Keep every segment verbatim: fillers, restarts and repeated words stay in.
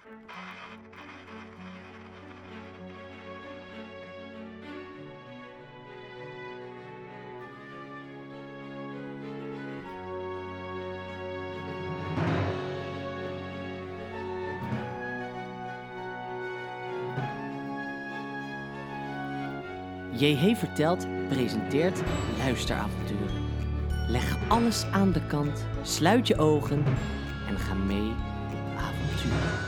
J H Vertelt presenteert luisteravonturen. Leg alles aan de kant, sluit je ogen en ga mee op avontuur.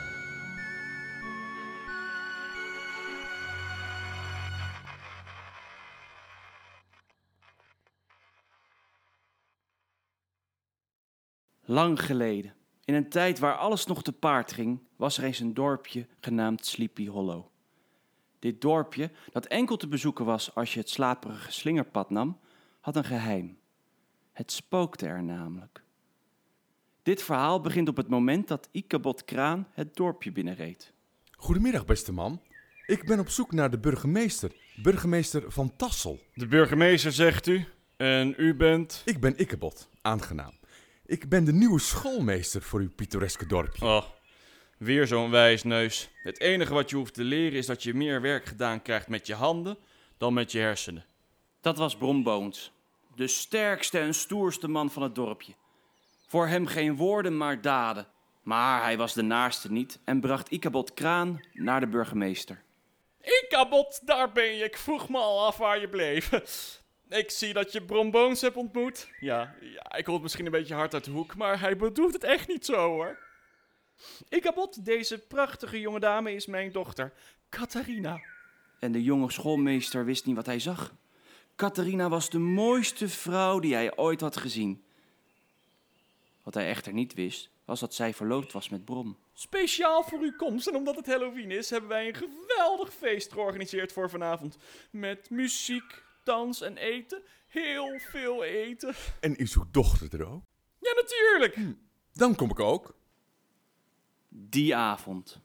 Lang geleden, in een tijd waar alles nog te paard ging, was er eens een dorpje genaamd Sleepy Hollow. Dit dorpje, dat enkel te bezoeken was als je het slaperige slingerpad nam, had een geheim. Het spookte er namelijk. Dit verhaal begint op het moment dat Ikabod Kraan het dorpje binnenreed. Goedemiddag, beste man. Ik ben op zoek naar de burgemeester, burgemeester van Tassel. De burgemeester, zegt u? En u bent? Ik ben Ikabod, aangenaam. Ik ben de nieuwe schoolmeester voor uw pittoreske dorpje. Oh, weer zo'n wijsneus. Het enige wat je hoeft te leren is dat je meer werk gedaan krijgt met je handen dan met je hersenen. Dat was Brom Bones, de sterkste en stoerste man van het dorpje. Voor hem geen woorden, maar daden. Maar hij was de naaste niet en bracht Ikabod Kraan naar de burgemeester. Ikabod, daar ben je. Ik vroeg me al af waar je bleef. Ik zie dat je Brom Bones hebt ontmoet. Ja, ja, ik hoor het misschien een beetje hard uit de hoek, maar hij bedoelt het echt niet zo, hoor. Ikabod, deze prachtige jonge dame is mijn dochter, Catharina. En de jonge schoolmeester wist niet wat hij zag. Catharina was de mooiste vrouw die hij ooit had gezien. Wat hij echter niet wist, was dat zij verloofd was met Brom. Speciaal voor uw komst en omdat het Halloween is, hebben wij een geweldig feest georganiseerd voor vanavond. Met muziek, dans en eten. Heel veel eten. En is uw dochter er ook? Ja, natuurlijk. Hm, dan kom ik ook. Die avond.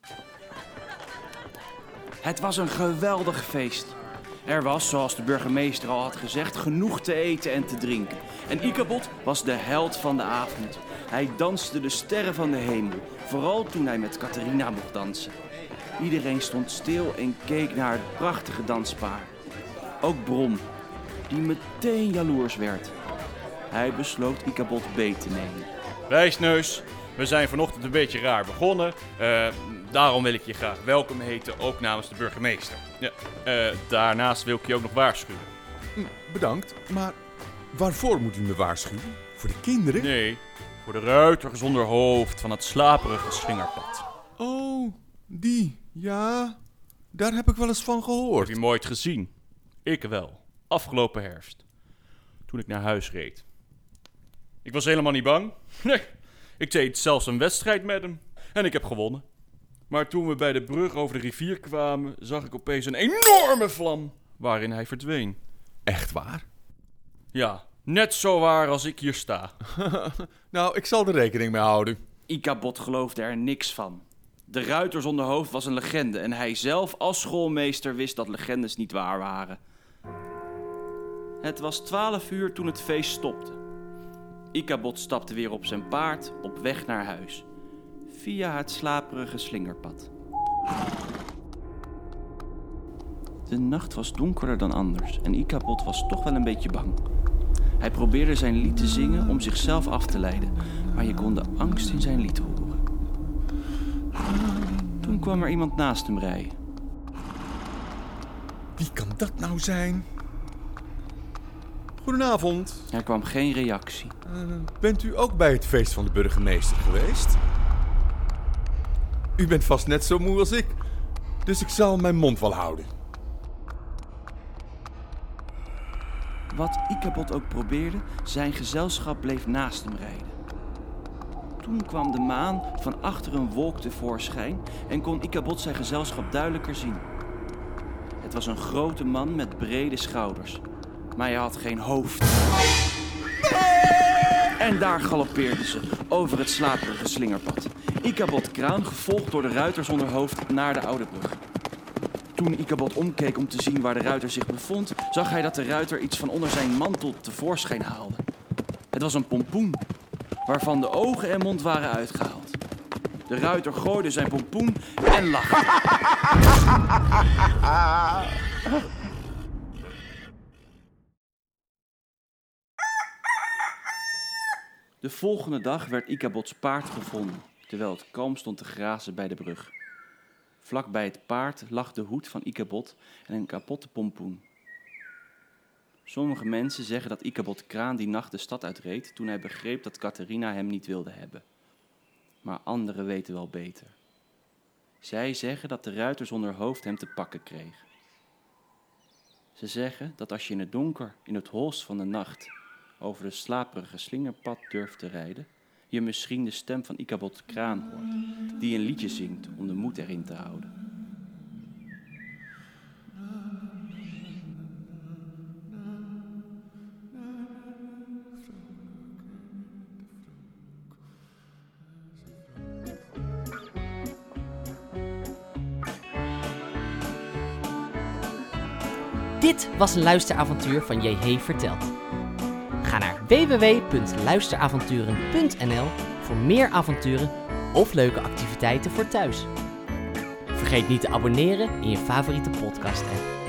Het was een geweldig feest. Er was, zoals de burgemeester al had gezegd, genoeg te eten en te drinken. En Ikabod was de held van de avond. Hij danste de sterren van de hemel, vooral toen hij met Catharina mocht dansen. Iedereen stond stil en keek naar het prachtige danspaar. Ook Brom, die meteen jaloers werd. Hij besloot Ikabod beet te nemen. Wijsneus, we zijn vanochtend een beetje raar begonnen. Uh, daarom wil ik je graag welkom heten, ook namens de burgemeester. Ja, uh, daarnaast wil ik je ook nog waarschuwen. Hm, bedankt, maar waarvoor moet u me waarschuwen? Voor de kinderen? Nee, voor de ruiter zonder hoofd van het slaperige slingerpad. Oh, die, ja, daar heb ik wel eens van gehoord. Heb je hem ooit gezien? Ik wel, afgelopen herfst, toen ik naar huis reed. Ik was helemaal niet bang. Nee, ik deed zelfs een wedstrijd met hem en ik heb gewonnen. Maar toen we bij de brug over de rivier kwamen, zag ik opeens een enorme vlam waarin hij verdween. Echt waar? Ja, net zo waar als ik hier sta. Nou, ik zal er rekening mee houden. Ikabod geloofde er niks van. De ruiter zonder hoofd was een legende en hij zelf als schoolmeester wist dat legendes niet waar waren. Het was twaalf uur toen het feest stopte. Ikabod stapte weer op zijn paard op weg naar huis, via het slaperige slingerpad. De nacht was donkerder dan anders en Ikabod was toch wel een beetje bang. Hij probeerde zijn lied te zingen om zichzelf af te leiden, maar je kon de angst in zijn lied horen. Toen kwam er iemand naast hem rijden. Wie kan dat nou zijn? Goedenavond. Er kwam geen reactie. Uh, bent u ook bij het feest van de burgemeester geweest? U bent vast net zo moe als ik, dus ik zal mijn mond wel houden. Wat Ikabod ook probeerde, zijn gezelschap bleef naast hem rijden. Toen kwam de maan van achter een wolk tevoorschijn en kon Ikabod zijn gezelschap duidelijker zien. Het was een grote man met brede schouders, maar hij had geen hoofd. En daar galoppeerden ze over het slaperige slingerpad. Ikabod Kraan, gevolgd door de ruiter zonder hoofd, naar de oude brug. Toen Ikabod omkeek om te zien waar de ruiter zich bevond, zag hij dat de ruiter iets van onder zijn mantel tevoorschijn haalde. Het was een pompoen, waarvan de ogen en mond waren uitgehaald. De ruiter gooide zijn pompoen en lachte. De volgende dag werd Ikabots paard gevonden, terwijl het kalm stond te grazen bij de brug. Vlak bij het paard lag de hoed van Ikabod en een kapotte pompoen. Sommige mensen zeggen dat Ikabod Kraan die nacht de stad uitreed toen hij begreep dat Catharina hem niet wilde hebben. Maar anderen weten wel beter. Zij zeggen dat de ruiter zonder hoofd hem te pakken kreeg. Ze zeggen dat als je in het donker, in het holst van de nacht, over de slaperige slingerpad durft te rijden, je misschien de stem van Ikabod Kraan hoort, die een liedje zingt om de moed erin te houden. Dit was een luisteravontuur van J H Vertelt. Ga naar w w w punt luisteravonturen punt n l voor meer avonturen of leuke activiteiten voor thuis. Vergeet niet te abonneren in je favoriete podcast-app.